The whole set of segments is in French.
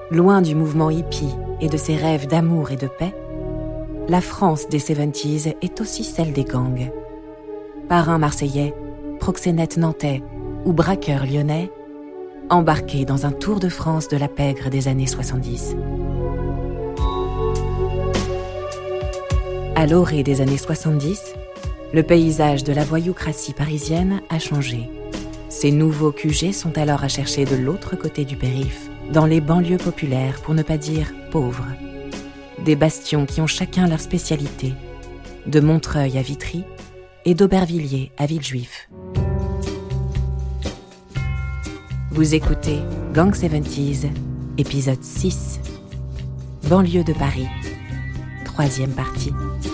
Loin du mouvement hippie et de ses rêves d'amour et de paix, la France des 70s est aussi celle des gangs. Parrains marseillais, proxénètes nantais ou braqueurs lyonnais, embarqués dans un tour de France de la pègre des années 70. À l'orée des années 70, le paysage de la voyoucratie parisienne a changé. Ces nouveaux QG sont alors à chercher de l'autre côté du périph', dans les banlieues populaires, pour ne pas dire pauvres. Des bastions qui ont chacun leur spécialité, de Montreuil à Vitry et d'Aubervilliers à Villejuif. Vous écoutez Gang 70s, épisode 6, banlieue de Paris, 3e partie.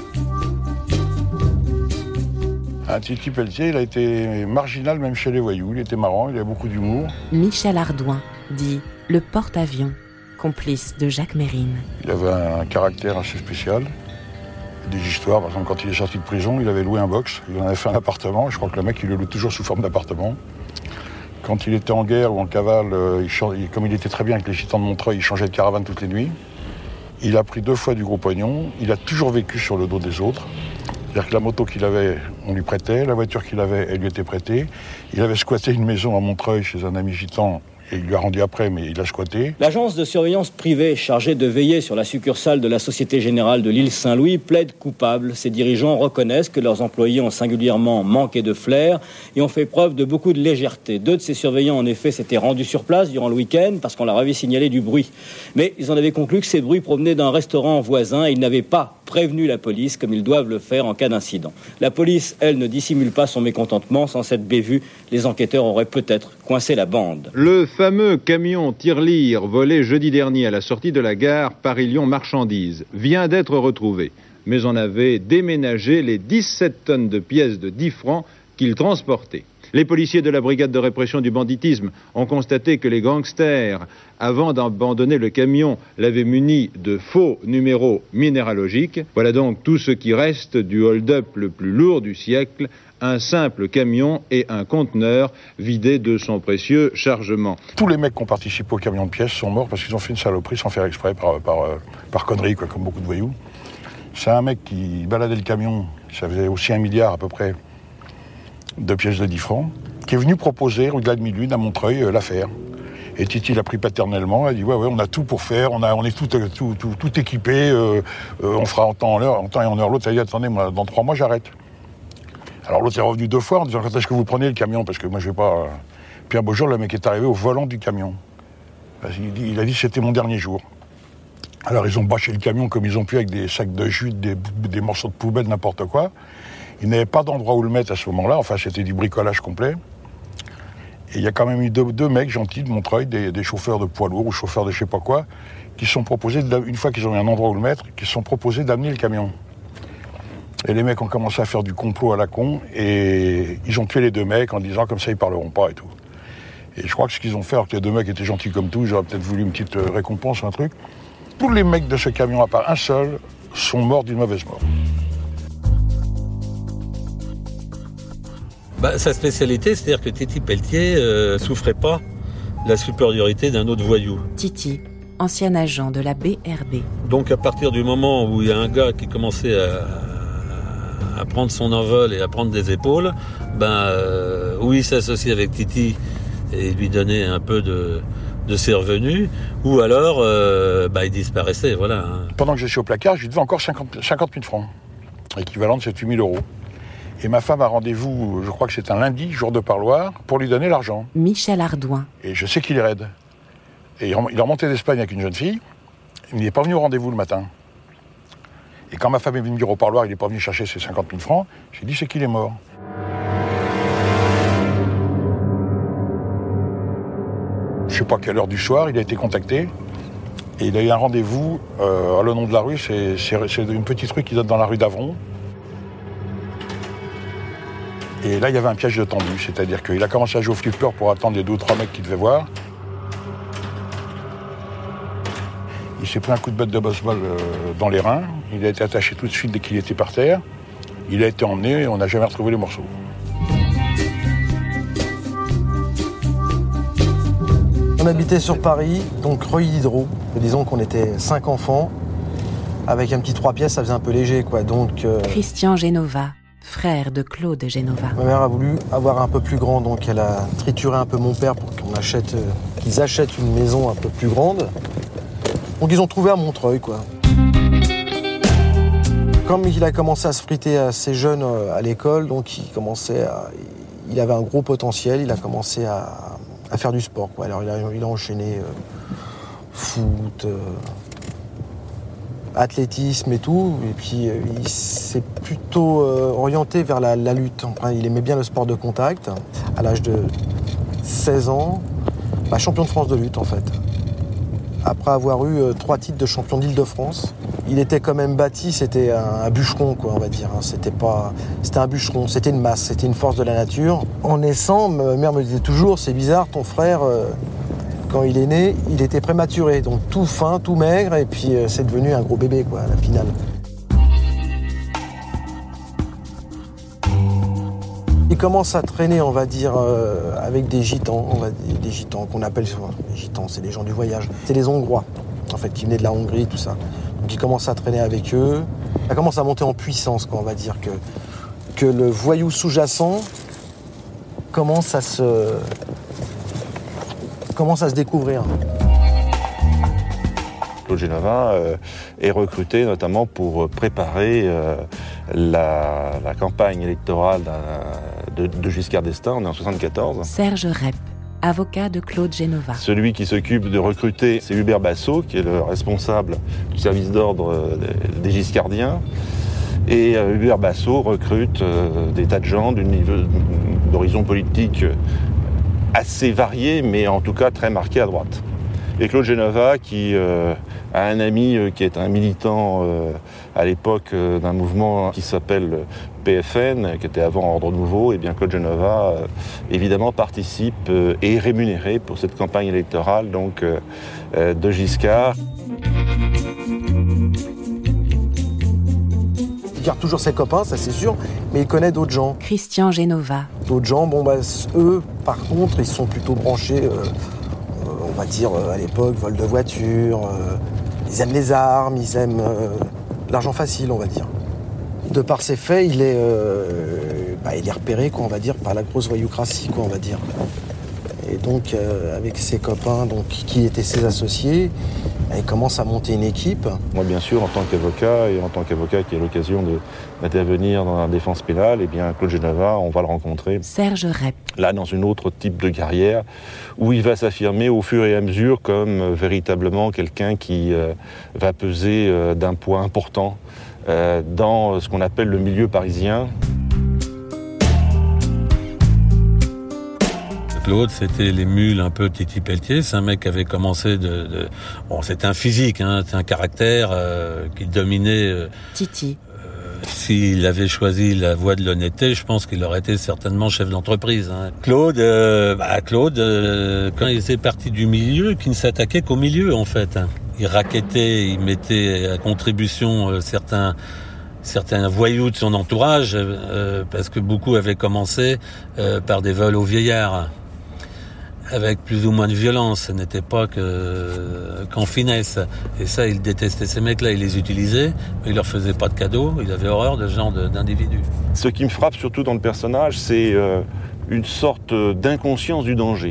Titi Pelletier, il a été marginal même chez les voyous. Il était marrant, il avait beaucoup d'humour. Michel Ardouin, dit le porte-avions, complice de Jacques Mérine. Il avait un caractère assez spécial. Des histoires, par exemple, quand il est sorti de prison, il avait loué un box. Il en avait fait un appartement. Je crois que le mec, il le loue toujours sous forme d'appartement. Quand il était en guerre ou en cavale, comme il était très bien avec les gitans de Montreuil, il changeait de caravane toutes les nuits. Il a pris 2 fois du gros pognon. Il a toujours vécu sur le dos des autres. C'est-à-dire que la moto qu'il avait, on lui prêtait, la voiture qu'il avait, elle lui était prêtée. Il avait squatté une maison à Montreuil chez un ami gitan, et il lui a rendu après, mais il a squatté. L'agence de surveillance privée chargée de veiller sur la succursale de la Société Générale de l'île Saint-Louis plaide coupable. Ses dirigeants reconnaissent que leurs employés ont singulièrement manqué de flair et ont fait preuve de beaucoup de légèreté. 2 de ces surveillants, en effet, s'étaient rendus sur place durant le week-end parce qu'on leur avait signalé du bruit. Mais ils en avaient conclu que ces bruits provenaient d'un restaurant voisin et ils n'avaient pas prévenu la police comme ils doivent le faire en cas d'incident. La police, elle, ne dissimule pas son mécontentement. Sans cette bévue, les enquêteurs auraient peut-être coincé la bande. Le fameux camion tirelire volé jeudi dernier à la sortie de la gare Paris-Lyon Marchandises vient d'être retrouvé. Mais on avait déménagé les 17 tonnes de pièces de 10 francs qu'il transportait. Les policiers de la brigade de répression du banditisme ont constaté que les gangsters, avant d'abandonner le camion, l'avaient muni de faux numéros minéralogiques. Voilà donc tout ce qui reste du hold-up le plus lourd du siècle, un simple camion et un conteneur vidé de son précieux chargement. Tous les mecs qui ont participé au camion de pièces sont morts parce qu'ils ont fait une saloperie sans faire exprès, par connerie, quoi, comme beaucoup de voyous. C'est un mec qui baladait le camion, ça faisait aussi 1 milliard à peu près de pièces de 10 francs, qui est venu proposer, au-delà de Midlune, à Montreuil, l'affaire. Et Titi l'a pris paternellement, elle a dit ouais, on a tout pour faire, on est tout équipé, on fera en temps et en heure. L'autre a dit attendez, moi, dans 3 mois j'arrête. Alors l'autre est revenu 2 fois en disant quand est-ce que vous prenez le camion, parce que moi je vais pas. Puis un beau jour, le mec est arrivé au volant du camion. Il a dit c'était mon dernier jour. Alors ils ont bâché le camion comme ils ont pu avec des sacs de jus, des morceaux de poubelle, n'importe quoi. Ils n'avaient pas d'endroit où le mettre à ce moment-là, enfin c'était du bricolage complet. Et il y a quand même eu 2 mecs gentils de Montreuil, des chauffeurs de poids lourds ou chauffeurs de je sais pas quoi, qui sont proposés, une fois qu'ils ont eu un endroit où le mettre, qui sont proposés d'amener le camion. Et les mecs ont commencé à faire du complot à la con, et ils ont tué les 2 mecs en disant comme ça ils parleront pas et tout. Et je crois que ce qu'ils ont fait, alors que les 2 mecs étaient gentils comme tout, j'aurais peut-être voulu une petite récompense ou un truc. Tous les mecs de ce camion, à part un seul, sont morts d'une mauvaise mort. Sa spécialité, c'est-à-dire que Titi Pelletier souffrait pas de la supériorité d'un autre voyou. Titi, ancien agent de la BRB. Donc à partir du moment où il y a un gars qui commençait à prendre son envol et à prendre des épaules, où il s'associe avec Titi et lui donnait un peu de ses revenus, ou alors il disparaissait, voilà. Pendant que je suis au placard, je lui devais encore 50 000 francs, équivalent de 7 000 €. Et ma femme a rendez-vous, je crois que c'est un lundi, jour de parloir, pour lui donner l'argent. Michel Ardouin. Et je sais qu'il est raide. Et il est remonté d'Espagne avec une jeune fille, il n'est pas venu au rendez-vous le matin. Et quand ma femme est venue me dire au parloir, il n'est pas venu chercher ses 50 000 francs, j'ai dit c'est qu'il est mort. Je ne sais pas quelle heure du soir, il a été contacté. Et il a eu un rendez-vous à le nom de la rue, c'est une petite rue qui donne dans la rue d'Avron. Et là, il y avait un piège de tendu, c'est-à-dire qu'il a commencé à jouer au flipper pour attendre les 2 ou 3 mecs qu'il devait voir. Il s'est pris un coup de batte de baseball dans les reins. Il a été attaché tout de suite dès qu'il était par terre. Il a été emmené et on n'a jamais retrouvé les morceaux. On habitait sur Paris, donc rue Diderot. Disons qu'on était 5 enfants. Avec un petit 3 pièces, ça faisait un peu léger, quoi. Donc, Christian Genova, frère de Claude Genova. ma mère a voulu avoir un peu plus grand, donc elle a trituré un peu mon père pour qu'ils achètent une maison un peu plus grande. Donc ils ont trouvé à Montreuil, quoi. Comme il a commencé à se friter assez jeune à l'école, donc il avait un gros potentiel, il a commencé à faire du sport, quoi. Alors il a enchaîné foot, athlétisme et tout, et puis il s'est plutôt orienté vers la lutte. Enfin, il aimait bien le sport de contact. À l'âge de 16 ans, champion de France de lutte en fait. Après avoir eu 3 titres de champion d'Île-de-France, il était quand même bâti, c'était un bûcheron, quoi, on va dire. C'était un bûcheron, c'était une masse, c'était une force de la nature. En naissant, ma mère me disait toujours, c'est bizarre, ton frère, quand il est né, il était prématuré, donc tout fin, tout maigre, et puis c'est devenu un gros bébé, quoi, à la finale. Il commence à traîner, on va dire, avec des gitans, des gitans qu'on appelle les gitans, c'est les gens du voyage. C'est les Hongrois, en fait, qui venaient de la Hongrie, tout ça. Donc il commence à traîner avec eux. Ça commence à monter en puissance, quoi, on va dire, que le voyou sous-jacent commence à se découvrir. Claude Genova est recruté notamment pour préparer la campagne électorale de Giscard d'Estaing, on est en 1974. Serge Rep, avocat de Claude Genova. Celui qui s'occupe de recruter, c'est Hubert Bassot, qui est le responsable du service d'ordre des Giscardiens. Et Hubert Bassot recrute des tas de gens d'horizons politiques assez variés, mais en tout cas très marqués à droite. Et Claude Genova, qui a un ami qui est un militant à l'époque d'un mouvement qui s'appelle PFN, qui était avant Ordre Nouveau, et bien Claude Genova, évidemment, participe et est rémunéré pour cette campagne électorale donc, de Giscard. Il garde toujours ses copains, ça c'est sûr, mais il connaît d'autres gens. Christian Genova. D'autres gens, eux, par contre, ils sont plutôt branchés, on va dire, à l'époque, vol de voiture, ils aiment les armes, ils aiment l'argent facile, on va dire. De par ses faits, il est repéré, quoi, on va dire, par la grosse voyoucratie, quoi, on va dire. Et donc, avec ses copains, donc, qui étaient ses associés, il commence à monter une équipe. Moi, bien sûr, en tant qu'avocat, et en tant qu'avocat qui a l'occasion d'intervenir dans la défense pénale, eh bien, Claude Genova, on va le rencontrer. Serge Rep. Là, dans une autre type de carrière, où il va s'affirmer au fur et à mesure comme véritablement quelqu'un qui va peser d'un poids important dans ce qu'on appelle le milieu parisien. Claude, c'était les mules un peu Titi Pelletier. C'est un mec qui avait commencé Bon, c'était un physique, hein, c'est un caractère qui dominait... Titi. S'il avait choisi la voie de l'honnêteté, je pense qu'il aurait été certainement chef d'entreprise. Hein. Claude, quand il était parti du milieu, qui ne s'attaquait qu'au milieu, en fait. Hein. Il rackettait, il mettait à contribution certains voyous de son entourage, parce que beaucoup avaient commencé par des vols aux vieillards, avec plus ou moins de violence. Ce n'était pas qu'en finesse. Et ça, il détestait ces mecs-là, il les utilisait, mais il leur faisait pas de cadeaux, il avait horreur de ce genre d'individus. Ce qui me frappe surtout dans le personnage, c'est une sorte d'inconscience du danger.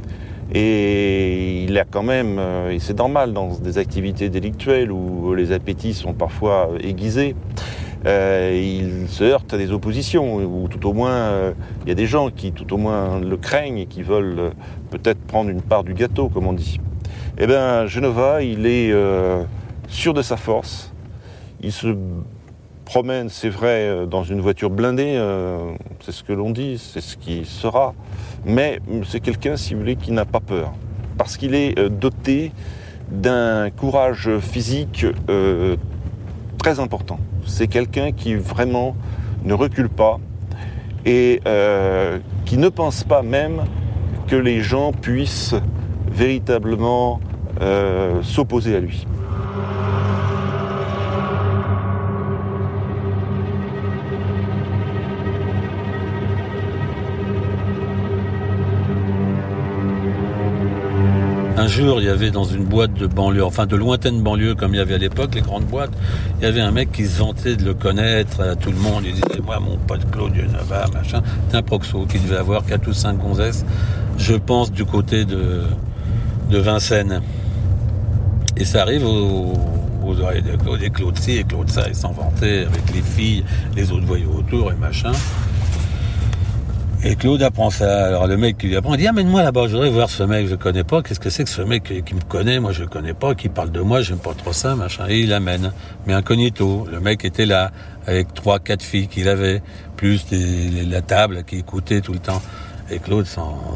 Et il a quand même, et c'est normal dans des activités délictuelles où les appétits sont parfois aiguisés, il se heurte à des oppositions, ou tout au moins, il y a des gens qui tout au moins le craignent et qui veulent peut-être prendre une part du gâteau, comme on dit. Eh bien, Genova, il est sûr de sa force. Il se promène, c'est vrai, dans une voiture blindée, c'est ce que l'on dit, c'est ce qui sera. Mais c'est quelqu'un, si vous voulez, qui n'a pas peur. Parce qu'il est doté d'un courage physique très important. C'est quelqu'un qui vraiment ne recule pas et qui ne pense pas même que les gens puissent véritablement s'opposer à lui. Un jour, il y avait dans une boîte de banlieue, enfin de lointaine banlieue comme il y avait à l'époque, les grandes boîtes, il y avait un mec qui se vantait de le connaître à tout le monde. Il disait, moi, mon pote Claude Genova, machin. C'est un proxo qui devait avoir 4 ou 5 gonzesses, je pense, du côté de Vincennes. Et ça arrive aux oreilles de Claude, et Claude ci et Claude ça, il s'en vantait avec les filles, les autres voyous autour et machin. Et Claude apprend ça. Alors le mec qui lui apprend, il dit, amène-moi là-bas, je voudrais voir ce mec, je connais pas. Qu'est-ce que c'est que ce mec qui me connaît? Moi, je le connais pas, qui parle de moi, j'aime pas trop ça, machin. Et il l'amène. Mais incognito. Le mec était là, avec 3-4 filles qu'il avait, plus la table qui écoutait tout le temps. Et Claude,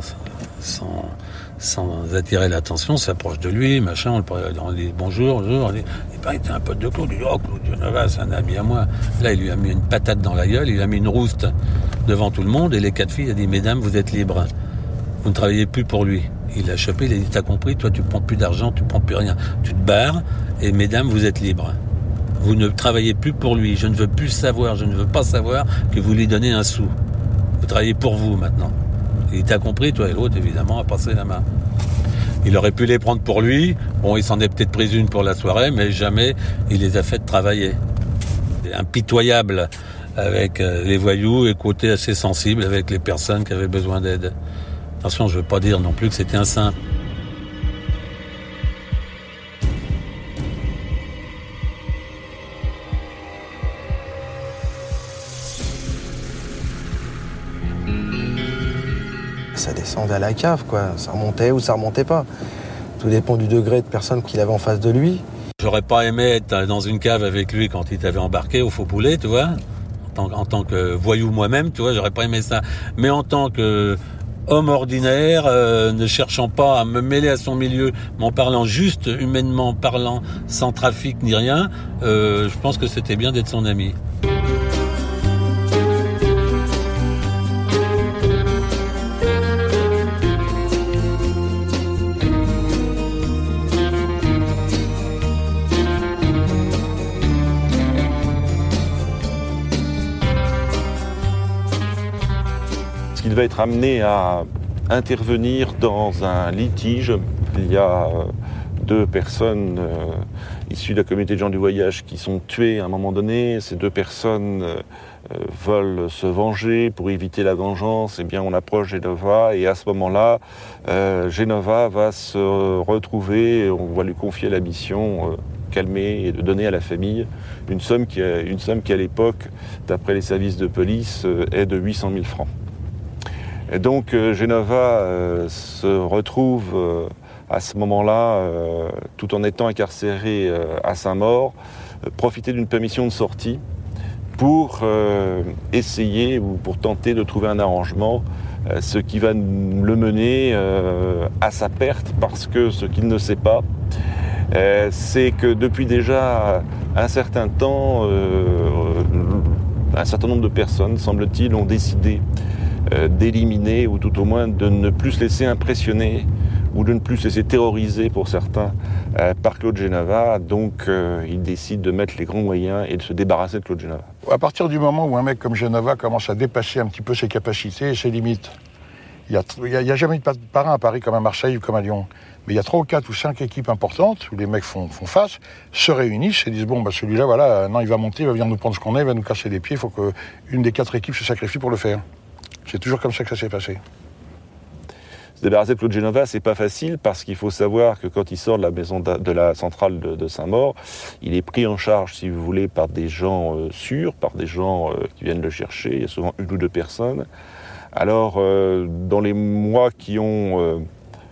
sans attirer l'attention, s'approche de lui, machin, on dit bonjour, il paraît que t'es un pote de Claude, il dit, oh, Claude Genova, c'est un ami à moi. Là, il lui a mis une patate dans la gueule, il a mis une rouste devant tout le monde, et les 4 filles, il a dit, mesdames, vous êtes libres. Vous ne travaillez plus pour lui. Il l'a chopé, il a dit, t'as compris, toi, tu prends plus d'argent, tu prends plus rien. Tu te barres, et mesdames, vous êtes libres. Vous ne travaillez plus pour lui. Je ne veux plus savoir, je ne veux pas savoir que vous lui donnez un sou. Vous travaillez pour vous, maintenant. Il t'a compris, toi, et l'autre, évidemment, a passé la main. Il aurait pu les prendre pour lui. Bon, il s'en est peut-être pris une pour la soirée, mais jamais il les a fait travailler. Impitoyable avec les voyous et côté assez sensible avec les personnes qui avaient besoin d'aide. Attention, je ne veux pas dire non plus que c'était un saint. Ça descendait à la cave, quoi. Ça remontait ou ça remontait pas. Tout dépend du degré de personne qu'il avait en face de lui. J'aurais pas aimé être dans une cave avec lui quand il t'avait embarqué au Faux Poulet, tu vois. En tant que voyou moi-même, tu vois, j'aurais pas aimé ça. Mais en tant que homme ordinaire, ne cherchant pas à me mêler à son milieu, m'en parlant juste, humainement parlant, sans trafic ni rien, je pense que c'était bien d'être son ami. Il va être amené à intervenir dans un litige. Il y a 2 personnes issues de la communauté de gens du voyage qui sont tuées à un moment donné. Ces 2 personnes veulent se venger pour éviter la vengeance. Eh bien, on approche Genova et à ce moment-là, Genova va se retrouver, on va lui confier la mission calmer et de donner à la famille une somme qui à l'époque, d'après les services de police, est de 800 000 francs. Et donc Genova se retrouve à ce moment-là, tout en étant incarcéré à Saint-Maur, profiter d'une permission de sortie pour essayer ou pour tenter de trouver un arrangement, ce qui va le mener à sa perte, parce que ce qu'il ne sait pas, c'est que depuis déjà un certain temps, un certain nombre de personnes, semble-t-il, ont décidé d'éliminer, ou tout au moins de ne plus se laisser impressionner, ou de ne plus se laisser terroriser pour certains par Claude Genova. Donc il décide de mettre les grands moyens et de se débarrasser de Claude Genova. À partir du moment où un mec comme Genova commence à dépasser un petit peu ses capacités et ses limites, il n'y a jamais de parrain à Paris comme à Marseille ou comme à Lyon. Mais il y a 3 ou 4 ou 5 équipes importantes où les mecs font face, se réunissent et disent bon, bah celui-là, voilà, non, il va monter, il va venir nous prendre ce qu'on est, il va nous casser les pieds, il faut qu'une des 4 équipes se sacrifie pour le faire. C'est toujours comme ça que ça s'est passé. Se débarrasser de Claude Genova, c'est pas facile parce qu'il faut savoir que quand il sort de la maison de la centrale de Saint-Maur, il est pris en charge, si vous voulez, par des gens sûrs, par des gens qui viennent le chercher. Il y a souvent 1 ou 2 personnes. Alors, dans les mois qui ont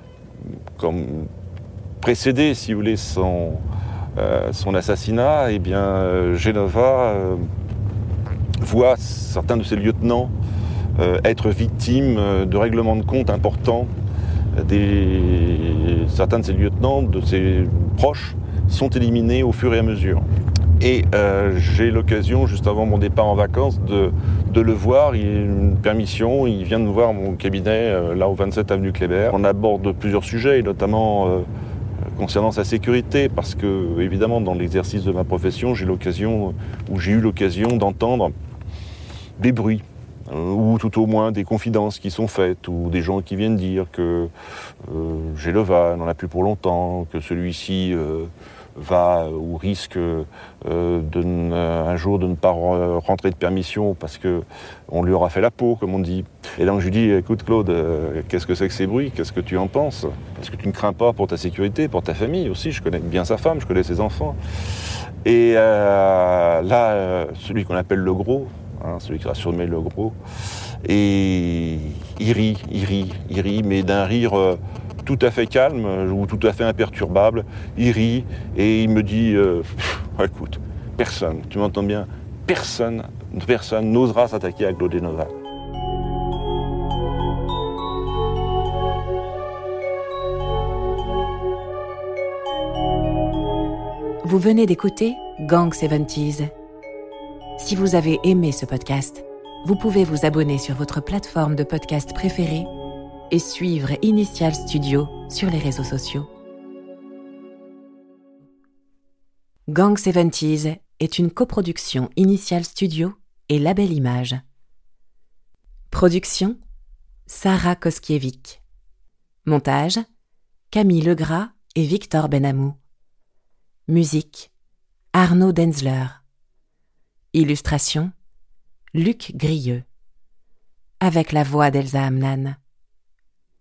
précédé, si vous voulez, son assassinat, eh bien, Genova voit certains de ses lieutenants être victimes de règlements de compte importants. Certains de ses lieutenants, de ses proches, sont éliminés au fur et à mesure. Et j'ai l'occasion, juste avant mon départ en vacances, de le voir. Il a une permission, il vient de nous voir à mon cabinet, là au 27 avenue Kléber. On aborde plusieurs sujets, notamment concernant sa sécurité, parce que, évidemment, dans l'exercice de ma profession, j'ai eu l'occasion d'entendre des bruits ou tout au moins des confidences qui sont faites, ou des gens qui viennent dire que Gelova n'en a plus pour longtemps, que celui-ci va ou risque un jour de ne pas rentrer de permission parce qu'on lui aura fait la peau, comme on dit. Et donc je lui dis, écoute Claude, qu'est-ce que c'est que ces bruits? Qu'est-ce que tu en penses? Est-ce que tu ne crains pas pour ta sécurité, pour ta famille aussi? Je connais bien sa femme, je connais ses enfants. Et là, celui qu'on appelle le gros, celui qui sera surnommé le gros, et il rit, mais d'un rire tout à fait calme ou tout à fait imperturbable. Il rit et il me dit écoute, personne, tu m'entends bien, personne n'osera s'attaquer à Claude Genova. Vous venez d'écouter Gang 70s. Si vous avez aimé ce podcast, vous pouvez vous abonner sur votre plateforme de podcast préférée et suivre Initial Studio sur les réseaux sociaux. Gang 70s est une coproduction Initial Studio et Label Image. Production Sarah Koskiewicz. Montage Camille Legras et Victor Benamou. Musique Arnaud Denzler. Illustration Luc Grieux. Avec la voix d'Elsa Hamnan.